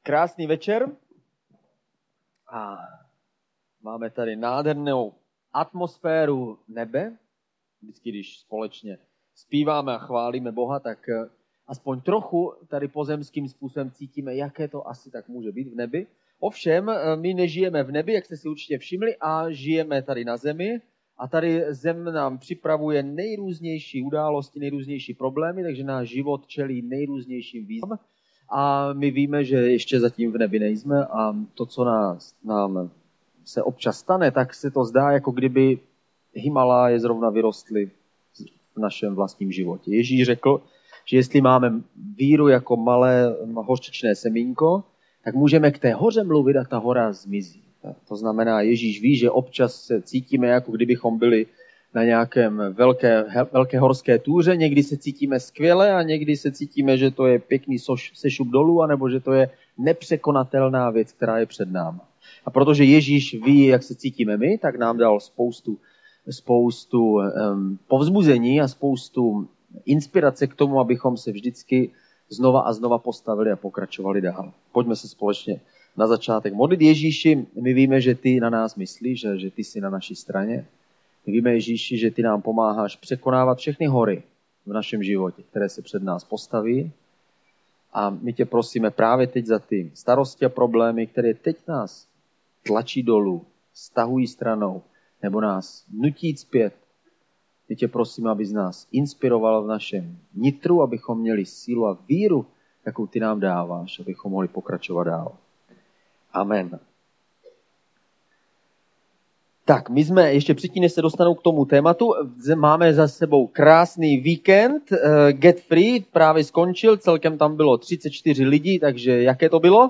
Krásný večer a máme tady nádhernou atmosféru nebe. Vždycky, když společně zpíváme a chválíme Boha, tak aspoň trochu tady pozemským způsobem cítíme, jaké to asi tak může být v nebi. Ovšem, my nežijeme v nebi, jak jste si určitě všimli, a žijeme tady na zemi. A tady zem nám připravuje nejrůznější události, nejrůznější problémy, takže náš život čelí nejrůznějším výzvám. A my víme, že ještě zatím v nebi nejsme a to, co nám se občas stane, tak se to zdá, jako kdyby Himaláje zrovna vyrostly v našem vlastním životě. Ježíš řekl, že jestli máme víru jako malé hořčičné semínko, tak můžeme k té hoře mluvit a ta hora zmizí. To znamená, Ježíš ví, že občas se cítíme, jako kdybychom byli na nějakém velké horské túře, někdy se cítíme skvěle a někdy se cítíme, že to je pěkný sešup dolů, anebo že to je nepřekonatelná věc, která je před námi. A protože Ježíš ví, jak se cítíme my, tak nám dal spoustu povzbuzení a spoustu inspirace k tomu, abychom se vždycky znova a znova postavili a pokračovali dál. Pojďme se společně na začátek modlit. Ježíši, my víme, že ty na nás myslíš, že ty jsi na naší straně. My víme, Ježíši, že ty nám pomáháš překonávat všechny hory v našem životě, které se před nás postaví. A my tě prosíme právě teď za ty starosti a problémy, které teď nás tlačí dolů, stahují stranou, nebo nás nutí jít zpět. My tě prosíme, abys nás inspiroval v našem nitru, abychom měli sílu a víru, jakou ty nám dáváš, abychom mohli pokračovat dál. Amen. Tak, my jsme ještě předtím, než se dostanou k tomu tématu, máme za sebou krásný víkend. Get Free právě skončil, celkem tam bylo 34 lidí, takže jaké to bylo?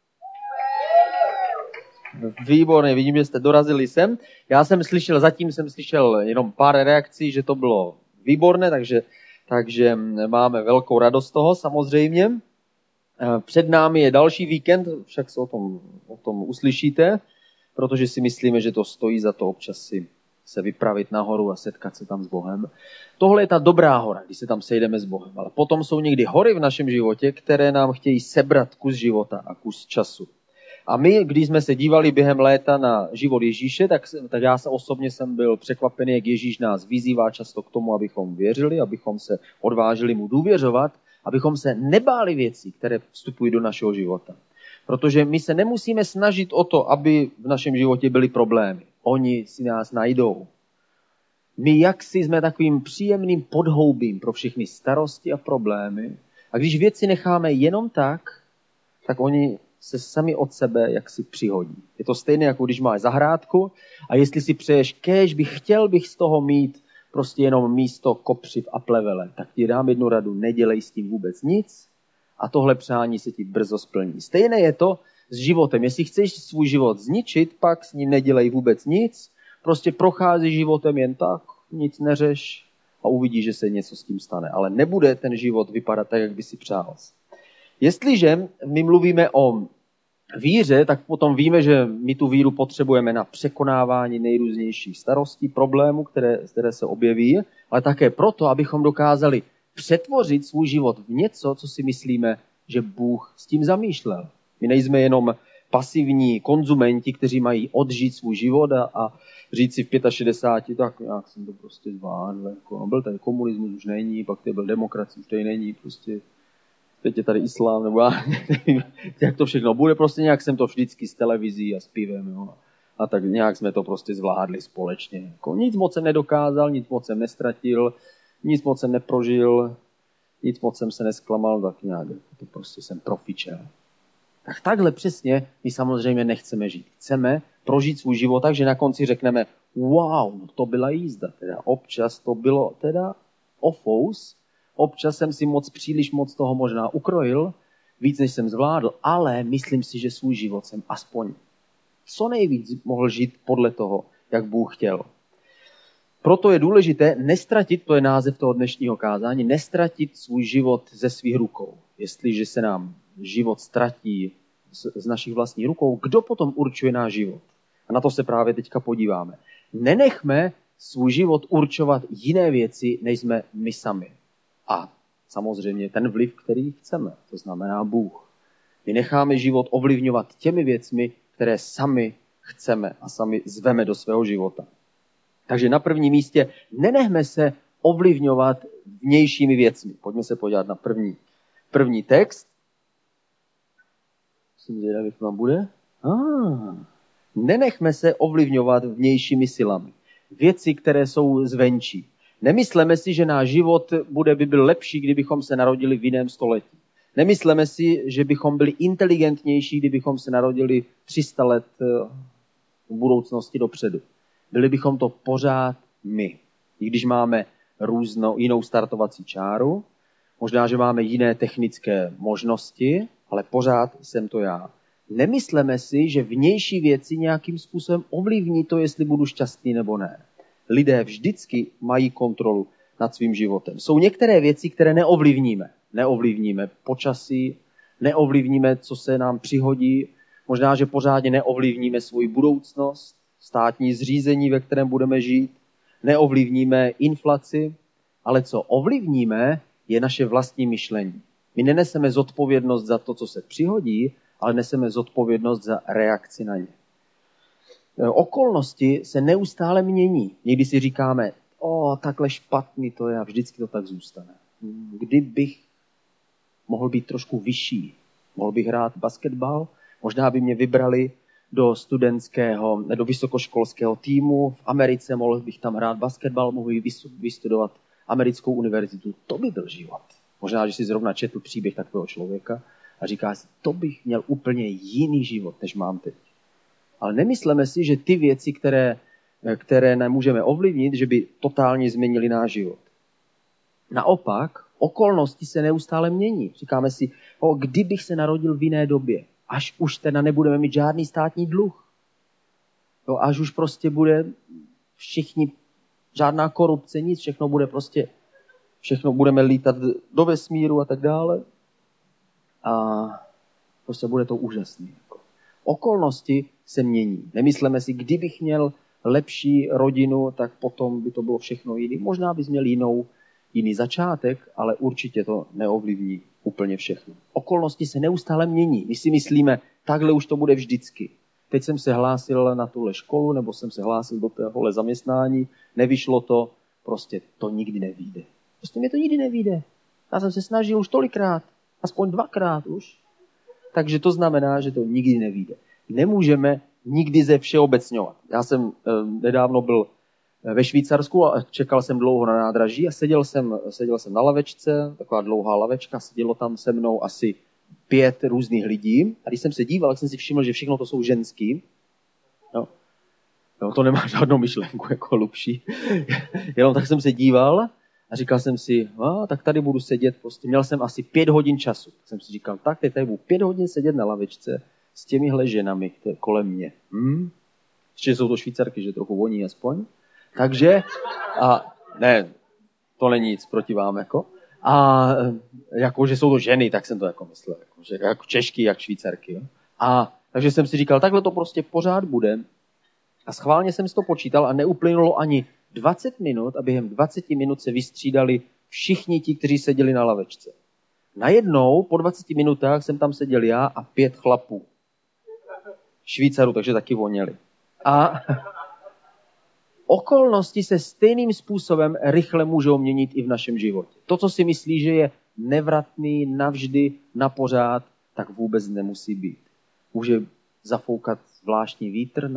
Výborně, vidím, že jste dorazili sem. Zatím jsem slyšel jenom pár reakcí, že to bylo výborné, takže máme velkou radost z toho samozřejmě. Před námi je další víkend, však se o tom uslyšíte, protože si myslíme, že to stojí za to občas si se vypravit nahoru a setkat se tam s Bohem. Tohle je ta dobrá hora, když se tam sejdeme s Bohem, ale potom jsou někdy hory v našem životě, které nám chtějí sebrat kus života a kus času. A my, když jsme se dívali během léta na život Ježíše, tak já osobně jsem byl překvapený, jak Ježíš nás vyzývá často k tomu, abychom věřili, abychom se odvážili mu důvěřovat, abychom se nebáli věcí, které vstupují do našeho života. Protože my se nemusíme snažit o to, aby v našem životě byly problémy. Oni si nás najdou. My jaksi jsme takovým příjemným podhoubím pro všechny starosti a problémy. A když věci necháme jenom tak oni se sami od sebe jaksi přihodí. Je to stejné, jako když máš zahrádku a jestli si přeješ kéž chtěl bych z toho mít prostě jenom místo kopřiv a plevele, tak ti dám jednu radu, nedělej s tím vůbec nic a tohle přání se ti brzo splní. Stejné je to s životem. Jestli chceš svůj život zničit, pak s ním nedělej vůbec nic, prostě prochází životem jen tak, nic neřeš a uvidíš, že se něco s tím stane. Ale nebude ten život vypadat tak, jak by si přál. Jestliže my mluvíme o víře, tak potom víme, že my tu víru potřebujeme na překonávání nejrůznějších starostí, problémů, které se objeví, ale také proto, abychom dokázali přetvořit svůj život v něco, co si myslíme, že Bůh s tím zamýšlel. My nejsme jenom pasivní konzumenti, kteří mají odžít svůj život a říct si v 65, tak nějak jsem to prostě zvládl. Byl tady komunismus, už není, pak tady byl demokracie, už tady není, prostě teď je tady islám, nebo já nevím, jak to všechno bude, prostě nějak jsem to vždycky s televizí a s pivem, jo. A tak nějak jsme to prostě zvládli společně. Nic moc jsem nedokázal, nic moc jsem nestratil, nic moc jsem neprožil, nic moc jsem se nesklamal, tak nějak to prostě jsem profičel. Tak takhle přesně my samozřejmě nechceme žít. Chceme prožít svůj život tak, že na konci řekneme, wow, to byla jízda, teda občas to bylo teda ofous, občas jsem si příliš moc toho možná ukrojil, víc než jsem zvládl, ale myslím si, že svůj život jsem aspoň co nejvíc mohl žít podle toho, jak Bůh chtěl. Proto je důležité nestratit, to je název toho dnešního kázání, nestratit svůj život ze svých rukou. Jestliže se nám život ztratí z našich vlastních rukou, kdo potom určuje náš život? A na to se právě teďka podíváme. Nenechme svůj život určovat jiné věci, než jsme my sami. A samozřejmě ten vliv, který chceme, to znamená Bůh. My necháme život ovlivňovat těmi věcmi, které sami chceme a sami zveme do svého života. Takže na prvním místě nenechme se ovlivňovat vnějšími věcmi. Pojďme se podívat na první text. Musím zvědat, jak vám bude. Nenechme se ovlivňovat vnějšími silami. Věci, které jsou zvenčí. Nemysleme si, že náš život by byl lepší, kdybychom se narodili v jiném století. Nemysleme si, že bychom byli inteligentnější, kdybychom se narodili 300 let v budoucnosti dopředu. Byli bychom to pořád my. I když máme jinou startovací čáru, možná, že máme jiné technické možnosti, ale pořád jsem to já. Nemysleme si, že vnější věci nějakým způsobem ovlivní to, jestli budu šťastný nebo ne. Lidé vždycky mají kontrolu nad svým životem. Jsou některé věci, které neovlivníme. Neovlivníme počasí, neovlivníme, co se nám přihodí, možná, že pořádně neovlivníme svou budoucnost, státní zřízení, ve kterém budeme žít, neovlivníme inflaci, ale co ovlivníme, je naše vlastní myšlení. My neneseme zodpovědnost za to, co se přihodí, ale neseme zodpovědnost za reakci na ně. Okolnosti se neustále mění. Někdy si říkáme, takhle špatný to je a vždycky to tak zůstane. Kdybych mohl být trošku vyšší, mohl bych hrát basketbal, možná by mě vybrali do vysokoškolského týmu v Americe, mohl bych tam hrát basketbal, mohl bych vystudovat americkou univerzitu. To by byl život. Možná, že si zrovna četl příběh takového člověka a říká si, to bych měl úplně jiný život, než mám teď. Ale nemyslíme si, že ty věci, které nemůžeme ovlivnit, že by totálně změnili náš život. Naopak, okolnosti se neustále mění. Říkáme si, kdybych se narodil v jiné době, až už teda nebudeme mít žádný státní dluh. Až už prostě bude žádná korupce, nic, všechno budeme lítat do vesmíru a tak dále. A prostě bude to úžasné. Okolnosti se mění. Nemyslíme si, kdybych měl lepší rodinu, tak potom by to bylo všechno jiné. Možná bys měl jiný začátek, ale určitě to neovlivní úplně všechno. Okolnosti se neustále mění. My si myslíme, takhle už to bude vždycky. Teď jsem se hlásil na tuhle školu, nebo jsem se hlásil do tohle zaměstnání, nevyšlo to, prostě to nikdy nevyjde. Prostě mě to nikdy nevyjde. Já jsem se snažil už tolikrát, aspoň 2krát už. Takže to znamená, že to nikdy nevyjde. Nemůžeme nikdy všeobecňovat. Já jsem nedávno byl ve Švýcarsku a čekal jsem dlouho na nádraží a seděl jsem na lavečce, taková dlouhá lavečka, sedělo tam se mnou asi 5 různých lidí. A když jsem se díval, tak jsem si všiml, že všechno to jsou ženský. No, to nemá žádnou myšlenku jako hlubší. Jenom tak jsem se díval a říkal jsem si, tak tady budu sedět, prostě měl jsem asi 5 hodin času. Tak jsem si říkal, tak teď tady budu 5 hodin sedět na lavečce s těmihle ženami, které kolem mě. Ještě jsou to Švýcarky, že trochu voní aspoň. Takže, ne, to není nic proti vám, jako. A jako, že jsou to ženy, tak jsem to jako myslel, jako Češky, jak Švýcarky. Jo. A takže jsem si říkal, takhle to prostě pořád bude. A schválně jsem si to počítal a neuplynulo ani 20 minut a během 20 minut se vystřídali všichni ti, kteří seděli na lavečce. Najednou po 20 minutách jsem tam seděl já a 5 chlapů. Švýcarů, takže taky voněli. A okolnosti se stejným způsobem rychle můžou měnit i v našem životě. To, co si myslí, že je nevratný, navždy, na pořád, tak vůbec nemusí být. Může zafoukat zvláštní vítr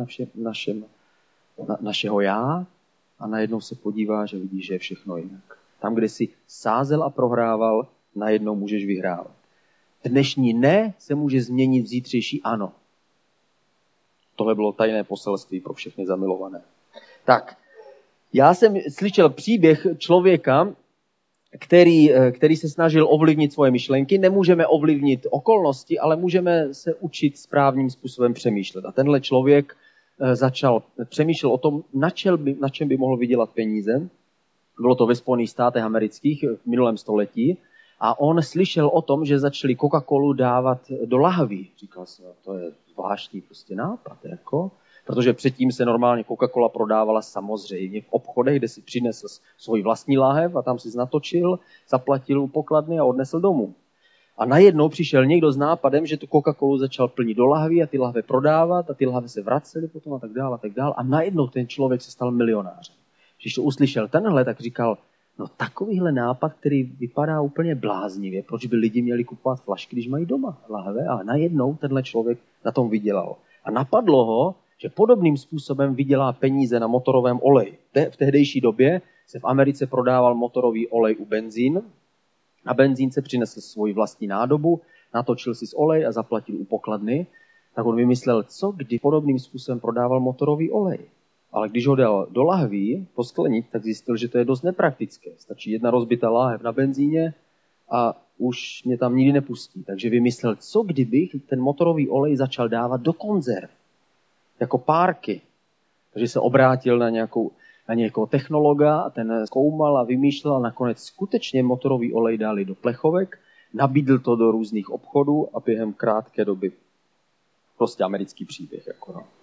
našeho já a najednou se podívá, že vidí, že je všechno jinak. Tam, kde jsi sázel a prohrával, najednou můžeš vyhrávat. Dnešní ne se může změnit v zítřejší ano. Tohle bylo tajné poselství pro všechny zamilované. Tak, já jsem slyšel příběh člověka, který se snažil ovlivnit svoje myšlenky. Nemůžeme ovlivnit okolnosti, ale můžeme se učit správným způsobem přemýšlet. A tenhle člověk přemýšlel o tom, na čem by mohl vydělat peníze. Bylo to ve Spojených státech amerických v minulém století. A on slyšel o tom, že začali Coca-Colu dávat do lahví. Říkal si, to je zvláštní prostě nápad, jako. Protože předtím se normálně Coca-Cola prodávala samozřejmě v obchodech, kde si přinesl svůj vlastní láhev a tam si natočil, zaplatil u pokladny a odnesl domů. A najednou přišel někdo s nápadem, že tu Coca-Colu začal plnit do lahví a ty lahve prodávat a ty lahve se vracely potom a tak dále a tak dále. A najednou ten člověk se stal milionářem. Když to uslyšel tenhle, tak říkal, no takovýhle nápad, který vypadá úplně bláznivě, proč by lidi měli kupovat flašky, když mají doma lahve? A najednou tenhle člověk na tom vydělal. A napadlo ho, že podobným způsobem vydělá peníze na motorovém oleji. V tehdejší době se v Americe prodával motorový olej u benzín. Na benzínce přinesl svoji vlastní nádobu, natočil si z olej a zaplatil u pokladny. Tak on vymyslel, co kdy podobným způsobem prodával motorový olej. Ale když ho dal do lahví posklenit, tak zjistil, že to je dost nepraktické. Stačí jedna rozbitá láhev na benzíně a už mě tam nikdy nepustí. Takže vymyslel, co kdybych ten motorový olej začal dávat do konzerv. Jako párky. Takže se obrátil na nějakého technologa a ten zkoumal a vymýšlel a nakonec skutečně motorový olej dali do plechovek, nabídl to do různých obchodů a během krátké doby prostě americký příběh. Jako no.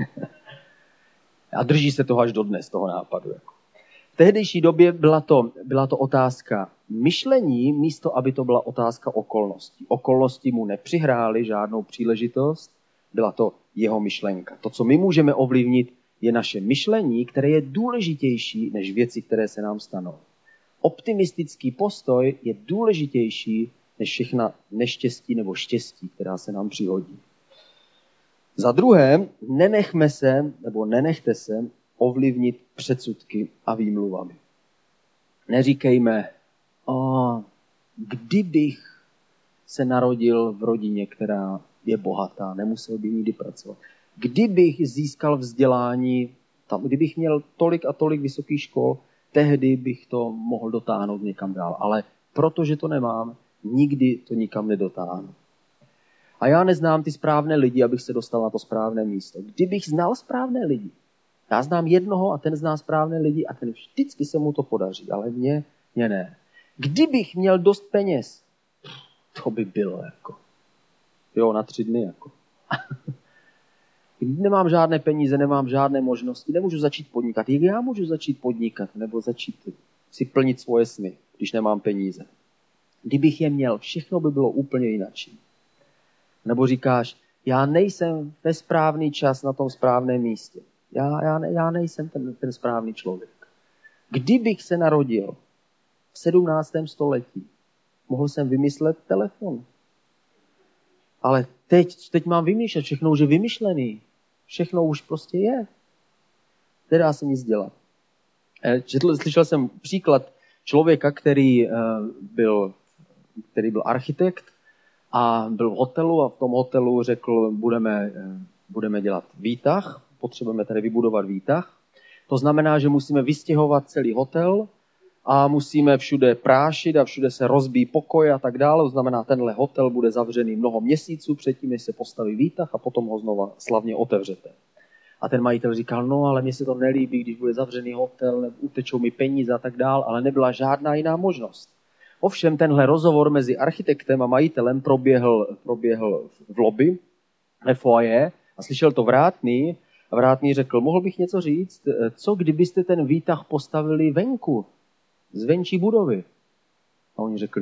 A drží se toho až dodnes, toho nápadu. Jako. V tehdejší době byla to otázka myšlení, místo aby to byla otázka okolností. Okolnosti mu nepřihrály žádnou příležitost, byla to jeho myšlenka. To, co my můžeme ovlivnit, je naše myšlení, které je důležitější než věci, které se nám stanou. Optimistický postoj je důležitější než všechna neštěstí nebo štěstí, která se nám přihodí. Za druhé, nenechte se ovlivnit předsudky a výmluvami. Neříkejme, kdybych se narodil v rodině, která je bohatá, nemusel bych nikdy pracovat. Kdybych získal vzdělání, kdybych měl tolik a tolik vysokých škol, tehdy bych to mohl dotáhnout někam dál. Ale protože to nemám, nikdy to nikam nedotáhnu. A já neznám ty správné lidi, abych se dostal na to správné místo. Kdybych znal správné lidi, já znám jednoho a ten zná správné lidi a ten vždycky se mu to podaří, ale mně ne. Kdybych měl dost peněz, to by bylo jako. Jo, na 3 dny jako. Nemám žádné peníze, nemám žádné možnosti, nemůžu začít podnikat. Jak já můžu začít podnikat nebo začít si plnit svoje sny, když nemám peníze? Kdybych je měl, všechno by bylo úplně jinačí. Nebo říkáš, já nejsem ve správný čas na tom správném místě. Já nejsem ten správný člověk. Kdybych se narodil v 17. století, mohl jsem vymyslet telefon. Ale teď mám vymýšlet, všechno už je vymyšlený. Všechno už prostě je. Nedá se nic dělat. Slyšel jsem příklad člověka, který byl architekt a byl v hotelu a v tom hotelu řekl, budeme dělat výtah, potřebujeme tady vybudovat výtah. To znamená, že musíme vystěhovat celý hotel a musíme všude prášit a všude se rozbíjí pokoje a tak dále. To znamená, tenhle hotel bude zavřený mnoho měsíců předtím, než se postaví výtah a potom ho znova slavně otevřete. A ten majitel říkal, no ale mně se to nelíbí, když bude zavřený hotel, utečou mi peníze a tak dále, ale nebyla žádná jiná možnost. Ovšem tenhle rozhovor mezi architektem a majitelem proběhl v lobby, ve foyer a slyšel to vrátný a vrátný řekl, mohl bych něco říct, co kdybyste ten výtah postavili venku, zvenčí budovy? A oni řekli,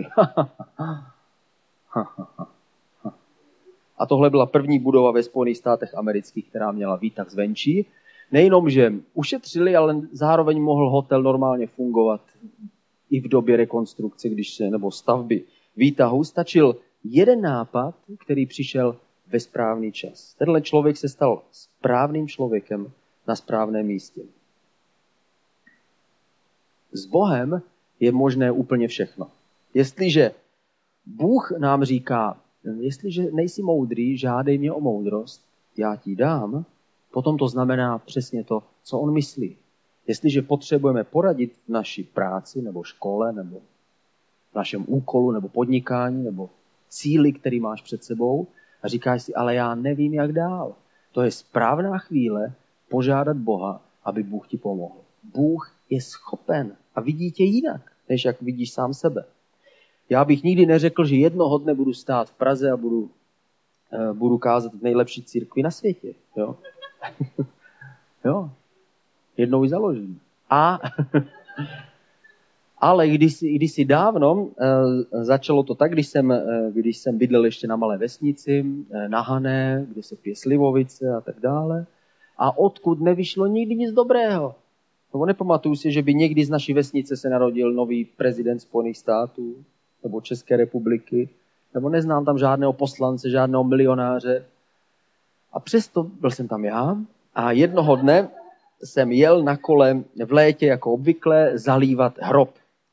A tohle byla první budova ve Spojených státech amerických, která měla výtah zvenčí. Nejenom, že ušetřili, ale zároveň mohl hotel normálně fungovat i v době rekonstrukce, nebo stavby výtahu. Stačil jeden nápad, který přišel ve správný čas. Tenhle člověk se stal správným člověkem na správném místě. S Bohem je možné úplně všechno. Jestliže Bůh nám říká, jestliže nejsi moudrý, žádej mě o moudrost, já ti dám, potom to znamená přesně to, co on myslí. Jestliže potřebujeme poradit v naší práci, nebo škole, nebo v našem úkolu, nebo podnikání, nebo cíli, který máš před sebou, a říkáš si, ale já nevím, jak dál. To je správná chvíle požádat Boha, aby Bůh ti pomohl. Bůh je schopen a vidí tě jinak, než jak vidíš sám sebe. Já bych nikdy neřekl, že jednoho dne budu stát v Praze a budu kázat v nejlepší církvi na světě. Jo? Jo. Jednou ji založím. Ale kdysi dávno začalo to tak, když jsem bydlel ještě na malé vesnici, na Hané, kde se pije slivovice a tak dále. A odkud nevyšlo nikdy nic dobrého. Nebo nepamatuju si, že by někdy z naší vesnice se narodil nový prezident Spojených států nebo České republiky. Nebo neznám tam žádného poslance, žádného milionáře. A přesto byl jsem tam já a jednoho dne jsem jel na kole v létě jako obvykle zalívat hrob.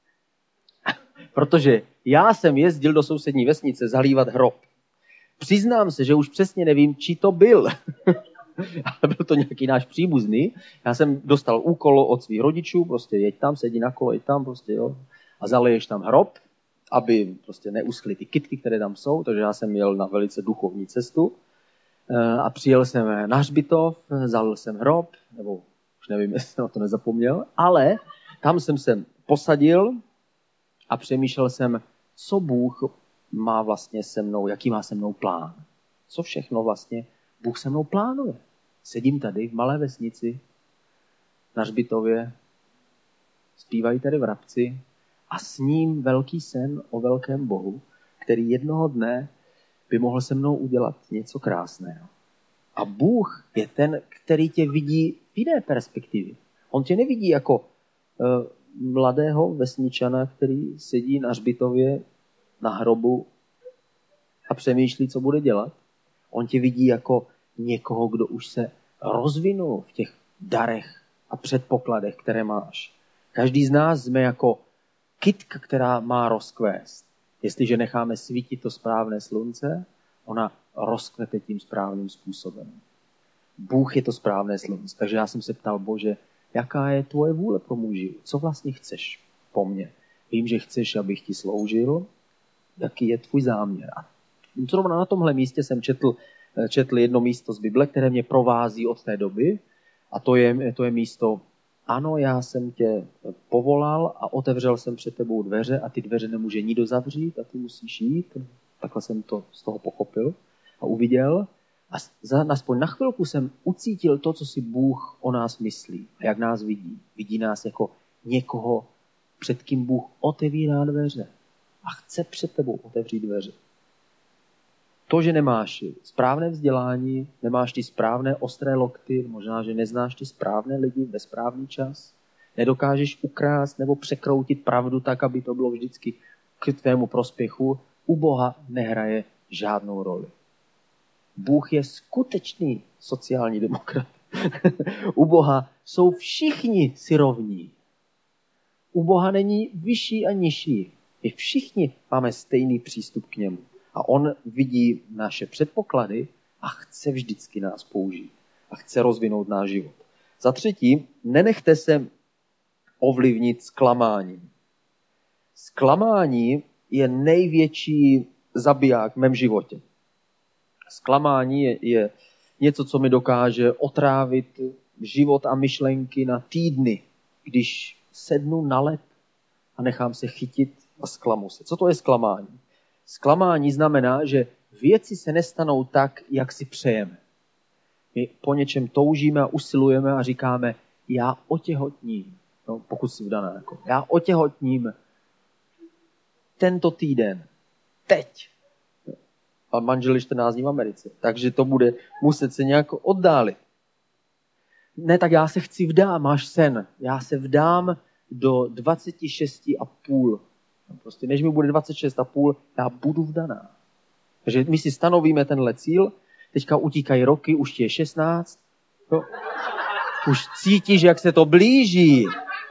Protože já jsem jezdil do sousední vesnice zalívat hrob. Přiznám se, že už přesně nevím, či to byl. Ale byl to nějaký náš příbuzný. Já jsem dostal úkol od svých rodičů, prostě jeď tam, sedí na kolo, jeď tam, prostě jo. A zaleješ tam hrob, aby prostě neuschly ty kytky, které tam jsou. Takže já jsem jel na velice duchovní cestu. A přijel jsem na hřbitov, zalil jsem hrob, nebo už nevím, jestli jsem na to nezapomněl, ale tam jsem se posadil a přemýšlel jsem, co Bůh má vlastně se mnou, jaký má se mnou plán. Co všechno vlastně Bůh se mnou plánuje. Sedím tady v malé vesnici, na hřbitově, zpívají tady vrabci a sním velký sen o velkém Bohu, který jednoho dne by mohl se mnou udělat něco krásného. A Bůh je ten, který tě vidí v jiné perspektivě. On tě nevidí jako mladého vesničana, který sedí na hřbitově, na hrobu a přemýšlí, co bude dělat. On tě vidí jako někoho, kdo už se rozvinul v těch darech a předpokladech, které máš. Každý z nás jsme jako kytka, která má rozkvést. Jestliže necháme svítit to správné slunce, ona rozkvete tím správným způsobem. Bůh je to správné slunce. Takže já jsem se ptal, Bože, jaká je tvoje vůle pro můj život? Co vlastně chceš po mně? Vím, že chceš, abych ti sloužil. Jaký je tvůj záměr? A zrovna na tomhle místě jsem četl jedno místo z Bible, které mě provází od té doby. A to je místo, ano, já jsem tě povolal a otevřel jsem před tebou dveře a ty dveře nemůže nikdo zavřít a ty musíš jít. Takhle jsem to z toho pochopil a uviděl. A aspoň na chvilku jsem ucítil to, co si Bůh o nás myslí a jak nás vidí. Vidí nás jako někoho, před kým Bůh otevírá dveře a chce před tebou otevřít dveře. To, že nemáš správné vzdělání, nemáš ty správné ostré lokty, možná, že neznáš ty správné lidi ve správný čas, nedokážeš ukrást nebo překroutit pravdu tak, aby to bylo vždycky k tvému prospěchu, u Boha nehraje žádnou roli. Bůh je skutečný sociální demokrat. U Boha jsou všichni si rovní. U Boha není vyšší a nižší. My všichni máme stejný přístup k němu. A on vidí naše předpoklady a chce vždycky nás použít. A chce rozvinout náš život. Za třetí, nenechte se ovlivnit zklamáním. Zklamání je největší zabiják v mém životě. Zklamání je něco, co mi dokáže otrávit život a myšlenky na týdny, když sednu na led a nechám se chytit a zklamu se. Co to je zklamání? Zklamání znamená, že věci se nestanou tak, jak si přejeme. My po něčem toužíme a usilujeme a říkáme, já otěhotním, no, pokud si vdaná, jako, já otěhotním tento týden, teď. A manžel je 14 dní v Americe, takže to bude muset se nějak oddálit. Ne, tak já se chci vdát, máš sen. Já se vdám do 26,5. Prostě než mi bude 26,5, já budu vdaná. Takže my si stanovíme tenhle cíl, teďka utíkají roky, už ti je 16, no, už cítíš, jak se to blíží.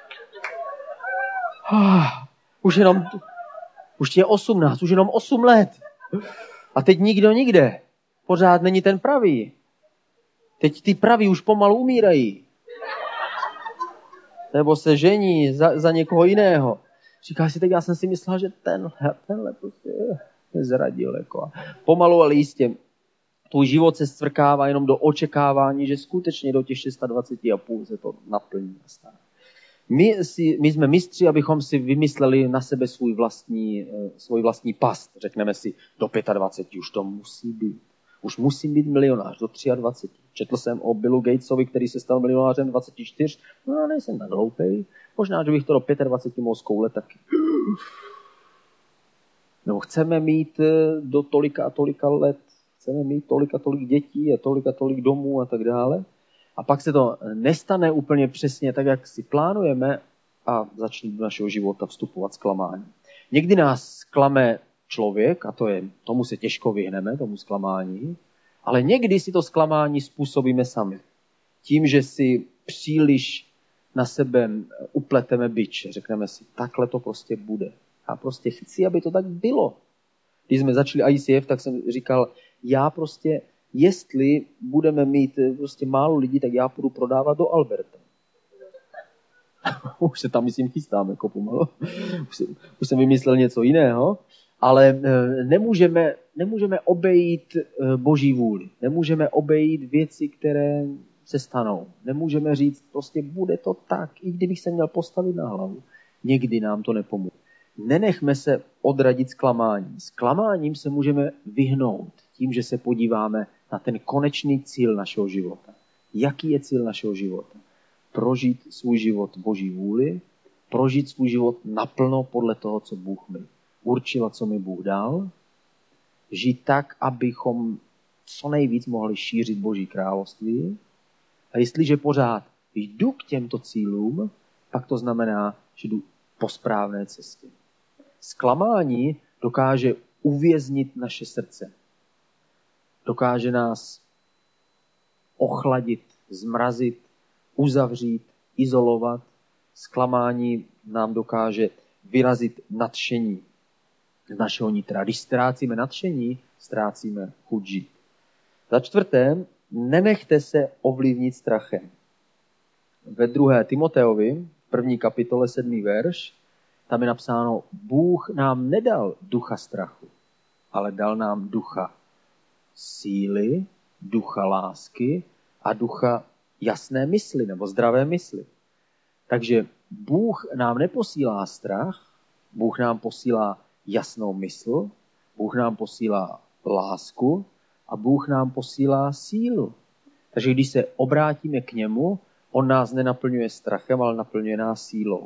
Už ti je 18, už jenom 8 let. A teď nikdo nikde. Pořád není ten pravý. Teď ty praví už pomalu umírají. Nebo se žení za někoho jiného. Říkáš si, tak já jsem si myslel, že tenhle prostě je zradil. Jako. Pomalu, ale jistě. Tvůj život se zcvrkává jenom do očekávání, že skutečně do těch 26,5 se to naplní. My jsme mistři, abychom si vymysleli na sebe svůj vlastní past. Řekneme si, do 25 už to musí být. Už musím být milionář do 23. Četl jsem o Billu Gatesovi, který se stal milionářem 24. No já nejsem tak hloupej. Možná, že bych to do 25 mohl zkoulet taky. Nebo chceme mít do tolika a tolika let, chceme mít tolik a tolik dětí a tolik domů a tak dále. A pak se to nestane úplně přesně tak, jak si plánujeme a začne do našeho života vstupovat zklamání. Někdy nás zklame člověk a tomu se těžko vyhneme, tomu zklamání, ale někdy si to zklamání způsobíme sami. Tím, že si příliš na sebe upleteme bič. Řekneme si, takhle to prostě bude. Já prostě chci, aby to tak bylo. Když jsme začali ICF, tak jsem říkal, já prostě, jestli budeme mít prostě málo lidí, tak já půjdu prodávat do Alberta. Už se tam, myslím, chystám jako pomalu. Už jsem vymyslel něco jiného. Ale nemůžeme obejít Boží vůli. Nemůžeme obejít věci, které se stanou. Nemůžeme říct, prostě bude to tak, i kdybych se měl postavit na hlavu. Někdy nám to nepomůže. Nenechme se odradit zklamáním. Zklamáním se můžeme vyhnout tím, že se podíváme na ten konečný cíl našeho života. Jaký je cíl našeho života? Prožít svůj život Boží vůli, prožít svůj život naplno podle toho, co Bůh mi určil, co mi Bůh dal, žít tak, abychom co nejvíc mohli šířit Boží království. A jestliže pořád jdu k těmto cílům, pak to znamená, že jdu po správné cestě. Zklamání dokáže uvěznit naše srdce. Dokáže nás ochladit, zmrazit, uzavřít, izolovat. Zklamání nám dokáže vyrazit nadšení z našeho nitra. Když ztrácíme nadšení, ztrácíme chuť žít. Za čtvrté, nenechte se ovlivnit strachem. Ve 2. Timoteovi, 1. kapitole 7. verš, tam je napsáno, Bůh nám nedal ducha strachu, ale dal nám ducha síly, ducha lásky a ducha jasné mysli nebo zdravé mysli. Takže Bůh nám neposílá strach, Bůh nám posílá jasnou mysl, Bůh nám posílá lásku a Bůh nám posílá sílu. Takže když se obrátíme k němu, on nás nenaplňuje strachem, ale naplňuje nás sílou.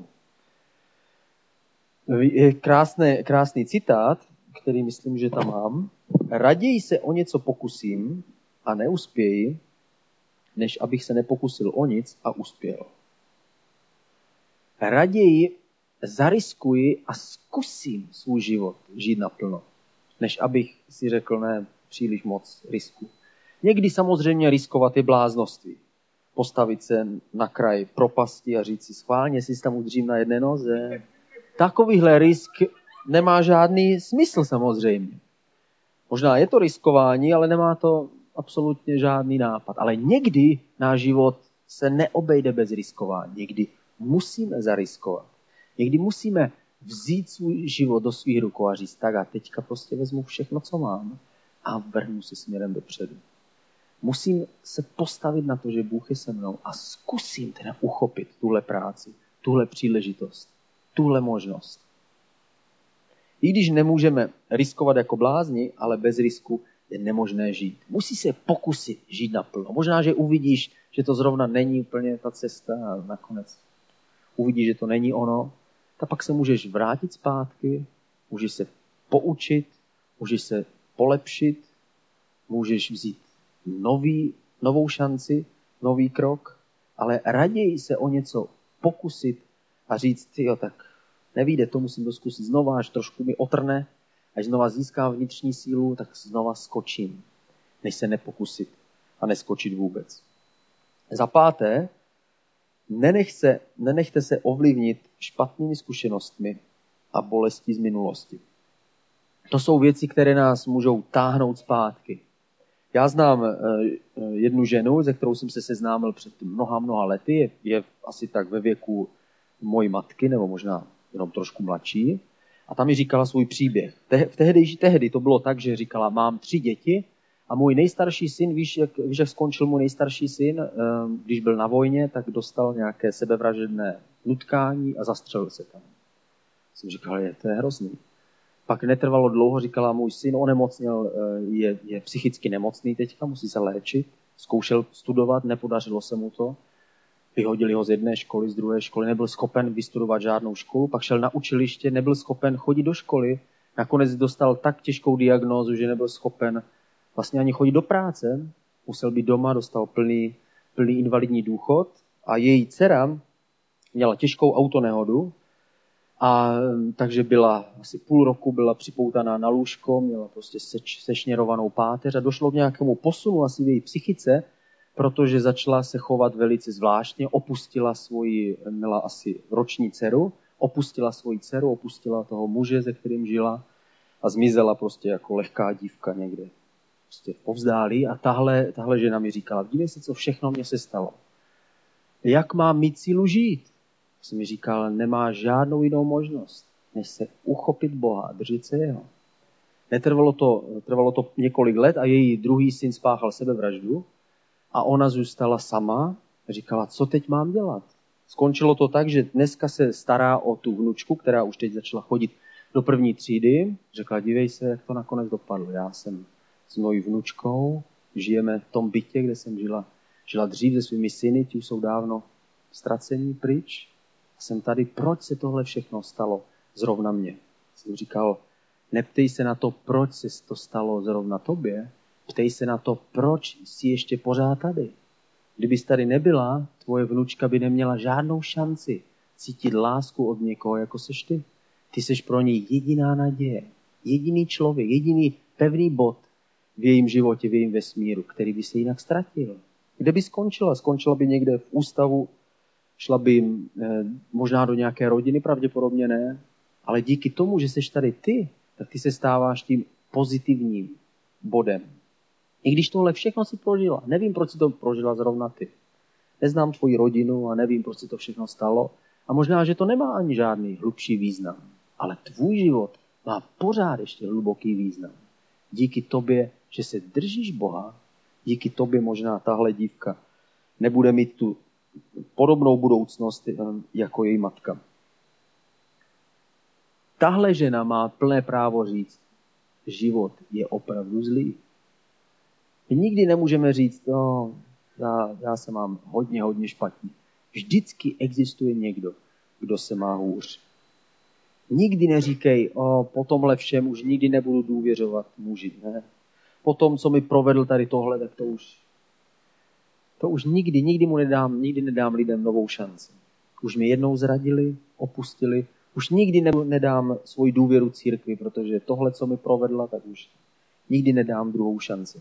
Je krásný citát, který myslím, že tam mám. Raději se o něco pokusím a neuspěji, než abych se nepokusil o nic a uspěl. Raději zariskuji a zkusím svůj život žít naplno, než abych si řekl, ne, příliš moc risku. Někdy samozřejmě riskovat je bláznoství. Postavit se na kraj propasti a říct si schválně, si tam udržím na jedné noze. Takovýhle risk nemá žádný smysl samozřejmě. Možná je to riskování, ale nemá to absolutně žádný nápad. Ale někdy náš život se neobejde bez riskování. Někdy musíme zariskovat. Někdy musíme vzít svůj život do svých rukou a říct, tak a teďka prostě vezmu všechno, co mám a vrhnu se směrem dopředu. Musím se postavit na to, že Bůh je se mnou a zkusím teda uchopit tuhle práci, tuhle příležitost, tuhle možnost. I když nemůžeme riskovat jako blázni, ale bez risku je nemožné žít. Musí se pokusit žít naplno. Možná, že uvidíš, že to zrovna není úplně ta cesta a nakonec uvidíš, že to není ono. Tak pak se můžeš vrátit zpátky, můžeš se poučit, můžeš se polepšit, můžeš vzít novou šanci, nový krok, ale raději se o něco pokusit a říct, tyjo, tak nevíde, to musím to zkusit znova, až trošku mi otrne, až znova získám vnitřní sílu, tak znova skočím, než se nepokusit a neskočit vůbec. Za páté, nenechte se ovlivnit špatnými zkušenostmi a bolestí z minulosti. To jsou věci, které nás můžou táhnout zpátky. Já znám jednu ženu, se kterou jsem se seznámil před mnoha lety, je asi tak ve věku mojí matky, nebo možná jenom trošku mladší. A tam mi říkala svůj příběh. Tehdy to bylo tak, že říkala, mám 3 děti a můj nejstarší syn, víš, jak skončil můj nejstarší syn, když byl na vojně, tak dostal nějaké sebevražedné nutkání a zastřelil se tam. Jsem říkal, to je hrozný. Pak netrvalo dlouho, říkala, můj syn onemocněl, je psychicky nemocný teďka, musí se léčit. Zkoušel studovat, nepodařilo se mu to. Vyhodili ho z jedné školy, z druhé školy, nebyl schopen vystudovat žádnou školu, pak šel na učiliště, nebyl schopen chodit do školy. Nakonec dostal tak těžkou diagnózu, že nebyl schopen vlastně ani chodit do práce. Musel být doma, dostal plný invalidní důchod a její dcera měla těžkou autonehodu, a takže byla asi půl roku byla připoutaná na lůžko, měla prostě sešněrovanou páteř a došlo k nějakému posunu asi v její psychice, protože začala se chovat velice zvláštně, měla asi roční dceru, opustila svoji dceru, opustila toho muže, se kterým žila a zmizela prostě jako lehká dívka někde prostě povzdálí. A tahle žena mi říkala, dívej se, co všechno mě se stalo. Jak mám mít sílu žít? Jsem mi říkal, nemá žádnou jinou možnost, než se uchopit Boha a držet se jeho. Trvalo to několik let a její druhý syn spáchal sebevraždu a ona zůstala sama a říkala, co teď mám dělat? Skončilo to tak, že dneska se stará o tu vnučku, která už teď začala chodit do první třídy. Řekla, dívej se, jak to nakonec dopadlo. Já jsem s mojí vnučkou, žijeme v tom bytě, kde jsem žila dřív se svými syny, ti už jsou dávno ztracení pryč. A jsem tady, proč se tohle všechno stalo zrovna mně? Jsem říkal, neptej se na to, proč se to stalo zrovna tobě, ptej se na to, proč jsi ještě pořád tady. Kdybys tady nebyla, tvoje vnučka by neměla žádnou šanci cítit lásku od někoho, jako seš ty. Ty seš pro ní jediná naděje, jediný člověk, jediný pevný bod v jejím životě, v jejím vesmíru, který by se jinak ztratil. Kde by skončila? Skončila by někde v ústavu, šla by možná do nějaké rodiny, pravděpodobně ne, ale díky tomu, že seš tady ty, tak ty se stáváš tím pozitivním bodem. I když tohle všechno si prožila, nevím, proč si to prožila zrovna ty. Neznám tvoji rodinu a nevím, proč si to všechno stalo. A možná, že to nemá ani žádný hlubší význam. Ale tvůj život má pořád ještě hluboký význam. Díky tobě, že se držíš Boha, díky tobě možná tahle dívka nebude mít tu podobnou budoucnost jako její matka. Tahle žena má plné právo říct, život je opravdu zlý. My nikdy nemůžeme říct, já se mám hodně špatně. Vždycky existuje někdo, kdo se má hůř. Nikdy neříkej, po tomhle všem už nikdy nebudu důvěřovat muži. Ne? Po tom, co mi provedl tady tohle, tak to už nikdy mu nedám lidem novou šanci. Už mě jednou zradili, opustili, už nikdy nedám svoji důvěru církvi, protože tohle, co mi provedla, tak už nikdy nedám druhou šanci.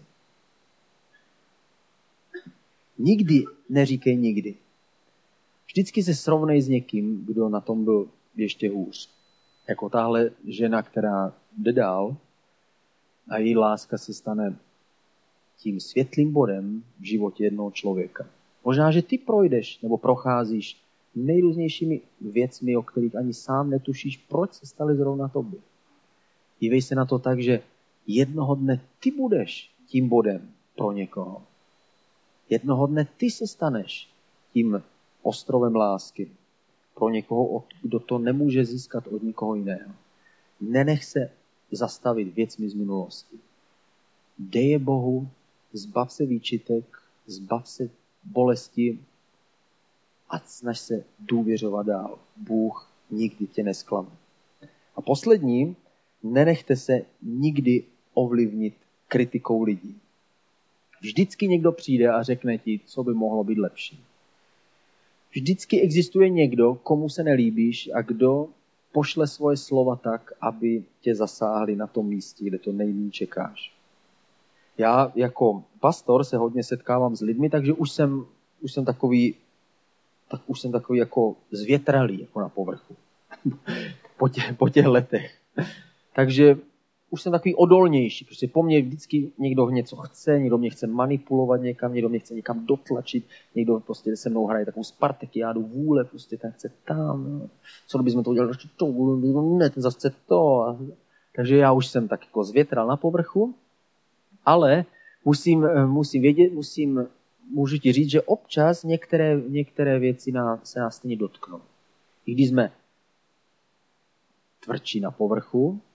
Nikdy neříkej nikdy. Vždycky se srovnej s někým, kdo na tom byl ještě hůř. Jako tahle žena, která jde dál a její láska se stane tím světlým bodem v životě jednoho člověka. Možná, že ty projdeš nebo procházíš nejrůznějšími věcmi, o kterých ani sám netušíš, proč se staly zrovna tobě. Dívej se na to tak, že jednoho dne ty budeš tím bodem pro někoho. Jednoho dne ty se staneš tím ostrovem lásky pro někoho, kdo to nemůže získat od nikoho jiného. Nenech se zastavit věcmi z minulosti. Dej je Bohu, zbav se výčitek, zbav se bolesti a snaž se důvěřovat dál. Bůh nikdy tě nesklame. A poslední, nenechte se nikdy ovlivnit kritikou lidí. Vždycky někdo přijde a řekne ti, co by mohlo být lepší. Vždycky existuje někdo, komu se nelíbíš a kdo pošle svoje slova tak, aby tě zasáhli na tom místě, kde to nejméně čekáš. Já jako pastor se hodně setkávám s lidmi, takže už jsem takový jako zvětralý jako na povrchu po těch letech. Takže už jsem takový odolnější, protože po mně vždycky někdo něco chce, někdo mě chce manipulovat někam, někdo mě chce někam dotlačit, někdo prostě se mnou hraje takovou spartakiádu vůle, prostě ten chce tam, co kdybychom to udělali, ne, ten zase chce to. Takže já už jsem tak jako zvětral na povrchu, ale musím vědět, můžu ti říct, že občas některé věci se nás stejně dotknou. I když jsme tvrdší na povrchu,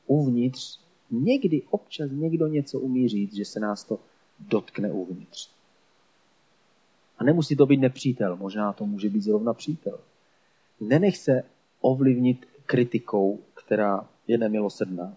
uvnitř někdy občas někdo něco umí říct, že se nás to dotkne uvnitř. A nemusí to být nepřítel, možná to může být zrovna přítel. Nenech se ovlivnit kritikou, která je nemilosrdná.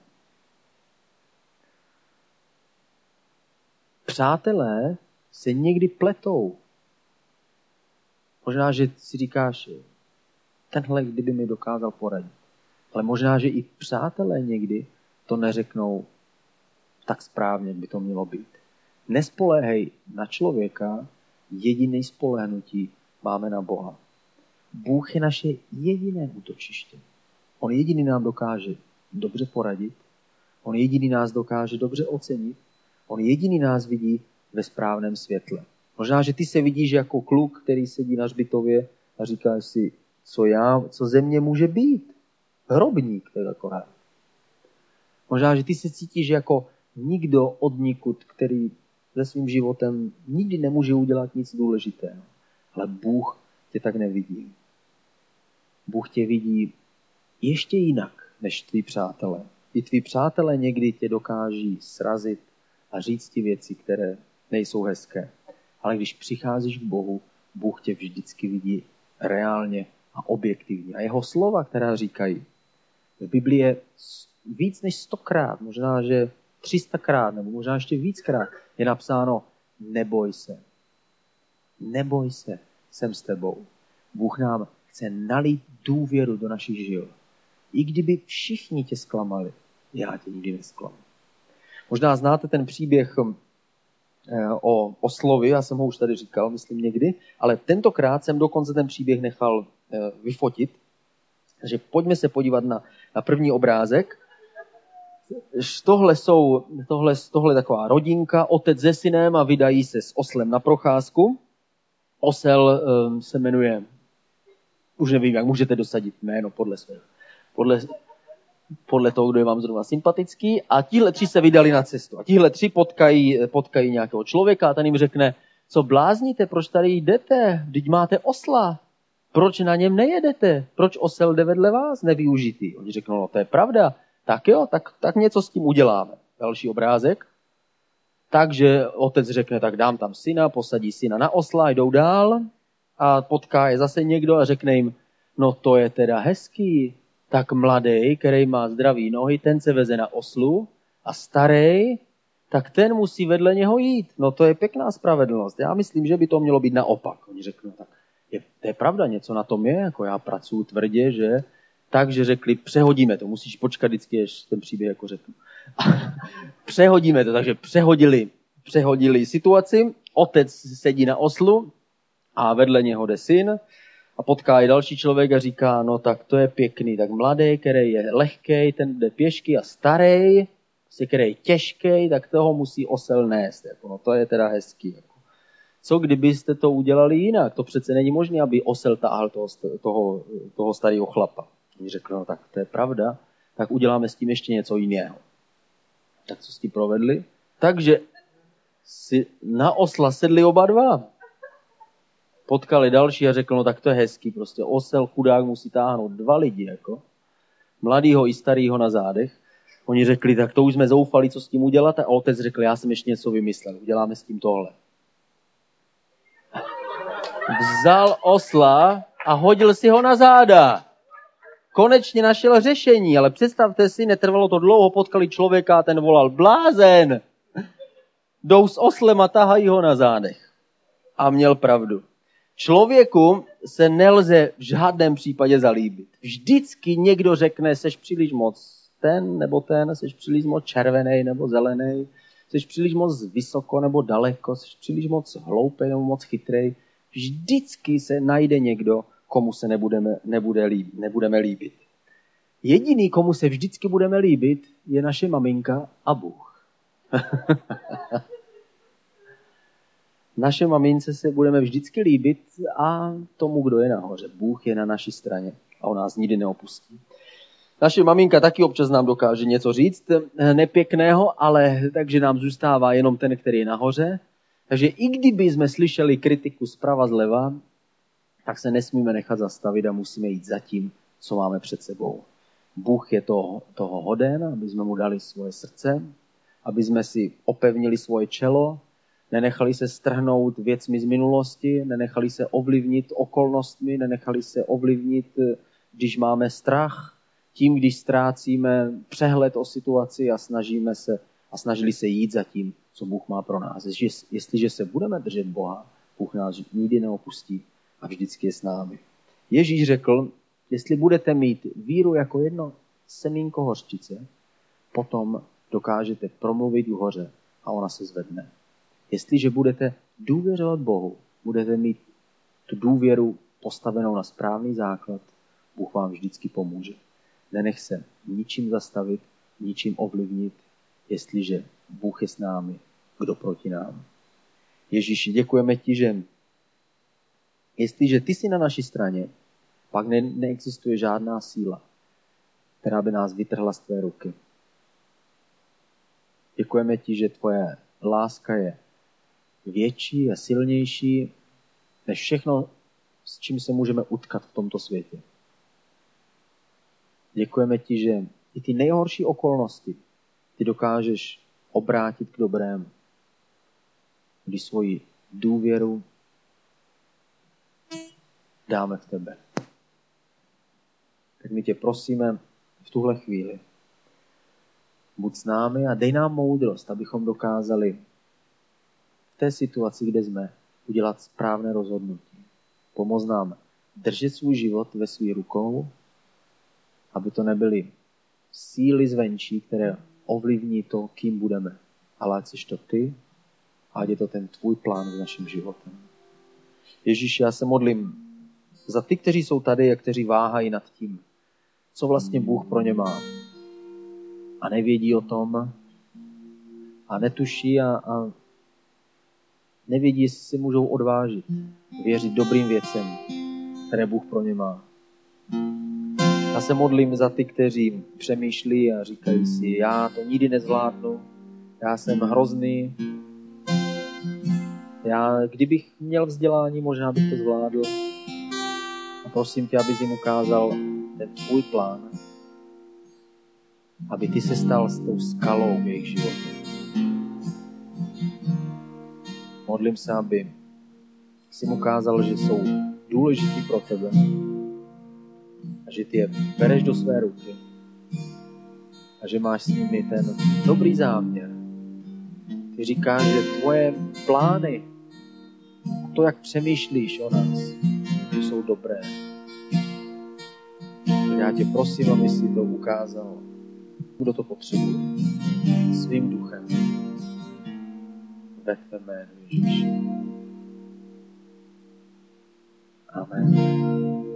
Přátelé se někdy pletou. Možná, že si říkáš, tenhle kdyby mi dokázal poradit. Ale možná, že i přátelé někdy to neřeknou tak správně, jak by to mělo být. Nespoléhej na člověka, jediný spolehnutí máme na Boha. Bůh je naše jediné útočiště. On jediný nám dokáže dobře poradit, on jediný nás dokáže dobře ocenit, on jediný nás vidí ve správném světle. Možná, že ty se vidíš jako kluk, který sedí na hřbitově a říkáš si, co ze mě může být? Hrobník, to je akorát. Možná, že ty se cítíš jako nikdo od nikud, který se svým životem nikdy nemůže udělat nic důležitého. Ale Bůh tě tak nevidí. Bůh tě vidí ještě jinak, než tví přátelé. I tví přátelé někdy tě dokáží srazit a říct ti věci, které nejsou hezké. Ale když přicházíš k Bohu, Bůh tě vždycky vidí reálně a objektivně. A jeho slova, která říkají, v Biblii je víc než 100krát, možná, že 300krát, nebo možná ještě víckrát, je napsáno, neboj se. Neboj se, jsem s tebou. Bůh nám chce nalít důvěru do našich žil. I kdyby všichni tě zklamali, já tě nikdy nesklamu. Možná znáte ten příběh o oslovi, já jsem ho už tady říkal, myslím někdy, ale tentokrát jsem dokonce ten příběh nechal vyfotit. Takže pojďme se podívat na první obrázek. Tohle je taková rodinka, otec se synem a vydají se s oslem na procházku. Osel se jmenuje, už nevím, jak můžete dosadit jméno podle toho, kdo je vám zrovna sympatický. A tihle tři se vydali na cestu. A tihle tři potkají nějakého člověka a ten jim řekne, co blázníte, proč tady jdete? Vždyť máte osla. Proč na něm nejedete? Proč osel jde vedle vás nevyužitý? Oni řeknou, no to je pravda. Tak jo, tak něco s tím uděláme. Další obrázek. Takže otec řekne, tak dám tam syna, posadí syna na osla, jdou dál a potká je zase někdo a řekne jim, no to je teda hezký. Tak mladý, který má zdravý nohy, ten se veze na oslu a starý, tak ten musí vedle něho jít. No to je pěkná spravedlnost. Já myslím, že by to mělo být naopak. Oni řeknou, tak to je pravda, něco na tom je, jako já pracuji tvrdě, že? Takže řekli, přehodíme to, musíš počkat vždycky, až ten příběh jako řeknu. Přehodíme to, takže přehodili situaci, otec sedí na oslu a vedle něho jde syn a potká i další člověk a říká, no tak to je pěkný, tak mladý, který je lehkej, ten jde pěšky a starý, který je těžký, tak toho musí osel nést, jako, no to je teda hezký. Jako. Co kdybyste to udělali jinak? To přece není možné, aby osel táhl toho starého chlapa. Oni řekli, no tak to je pravda, tak uděláme s tím ještě něco jiného. Tak co s tím provedli? Takže si na osla sedli oba dva. Potkali další a řekl, no tak to je hezký, prostě osel chudák musí táhnout 2 lidi, jako. Mladýho i starýho na zádech. Oni řekli, tak to už jsme zoufali, co s tím udělat. A otec řekl, já jsem ještě něco vymyslel, uděláme s tím tohle. Vzal osla a hodil si ho na záda. Konečně našel řešení, ale představte si, netrvalo to dlouho, potkali člověka a ten volal, blázen! Jdou s oslem a tahají ho na zádech. A měl pravdu. Člověku se nelze v žádném případě zalíbit. Vždycky někdo řekne, seš příliš moc ten, seš příliš moc červený nebo zelený, seš příliš moc vysoko nebo daleko, seš příliš moc hloupý nebo moc chytrej. Vždycky se najde někdo, komu se nebudeme líbit. Jediný, komu se vždycky budeme líbit, je naše maminka a Bůh. Naše mamince se budeme vždycky líbit a tomu, kdo je nahoře. Bůh je na naší straně a on nás nikdy neopustí. Naše maminka taky občas nám dokáže něco říct nepěkného, ale takže nám zůstává jenom ten, který je nahoře. Takže i kdyby jsme slyšeli kritiku zprava zleva, tak se nesmíme nechat zastavit a musíme jít za tím, co máme před sebou. Bůh je toho hoden, aby jsme mu dali svoje srdce, aby jsme si opevnili svoje čelo, nenechali se strhnout věcmi z minulosti, nenechali se ovlivnit okolnostmi, nenechali se ovlivnit, když máme strach, tím, když ztrácíme přehled o situaci a snažili se jít za tím, co Bůh má pro nás. Jestliže se budeme držet Boha, Bůh nás nikdy neopustí a vždycky je s námi. Ježíš řekl, jestli budete mít víru jako jedno semínko hořčice, potom dokážete promluvit u hoře a ona se zvedne. Jestliže budete důvěřovat Bohu, budete mít tu důvěru postavenou na správný základ, Bůh vám vždycky pomůže. Nenech se ničím zastavit, ničím ovlivnit, jestliže Bůh je s námi, kdo proti nám. Ježíši, děkujeme ti, že jestliže ty jsi na naší straně, pak neexistuje žádná síla, která by nás vytrhla z tvé ruky. Děkujeme ti, že tvoje láska je větší a silnější než všechno, s čím se můžeme utkat v tomto světě. Děkujeme ti, že i ty nejhorší okolnosti ty dokážeš obrátit k dobrému. Když svoji důvěru dáme v tebe. Tak my tě prosíme v tuhle chvíli. Buď s námi a dej nám moudrost, abychom dokázali v té situaci, kde jsme, udělat správné rozhodnutí. Pomoz nám držet svůj život ve svých rukou, aby to nebyly síly zvenčí, které ovlivní to, kým budeme. Ale ať jsi to ty a ať je to ten tvůj plán s naším životem. Ježíši, já se modlím za ty, kteří jsou tady a kteří váhají nad tím, co vlastně Bůh pro ně má. A nevědí o tom a netuší a nevědí, jestli si můžou odvážit věřit dobrým věcem, které Bůh pro ně má. Já se modlím za ty, kteří přemýšlí a říkají si, já to nikdy nezvládnu, já jsem hrozný, kdybych měl vzdělání, možná bych to zvládl. A prosím tě, abys jim ukázal ten tvůj plán, aby ty se stal s tou skalou v jejich životě. Modlím se, aby jsi jim ukázal, že jsou důležití pro tebe a že ty je bereš do své ruky a že máš s nimi ten dobrý záměr. Ty říkáš, že tvoje plány a to, jak přemýšlíš o nás, jsou dobré. Tak já tě prosím, aby si to ukázal, kdo to potřebuje, svým duchem. Ve tvém jménu, Ježíši. Amen.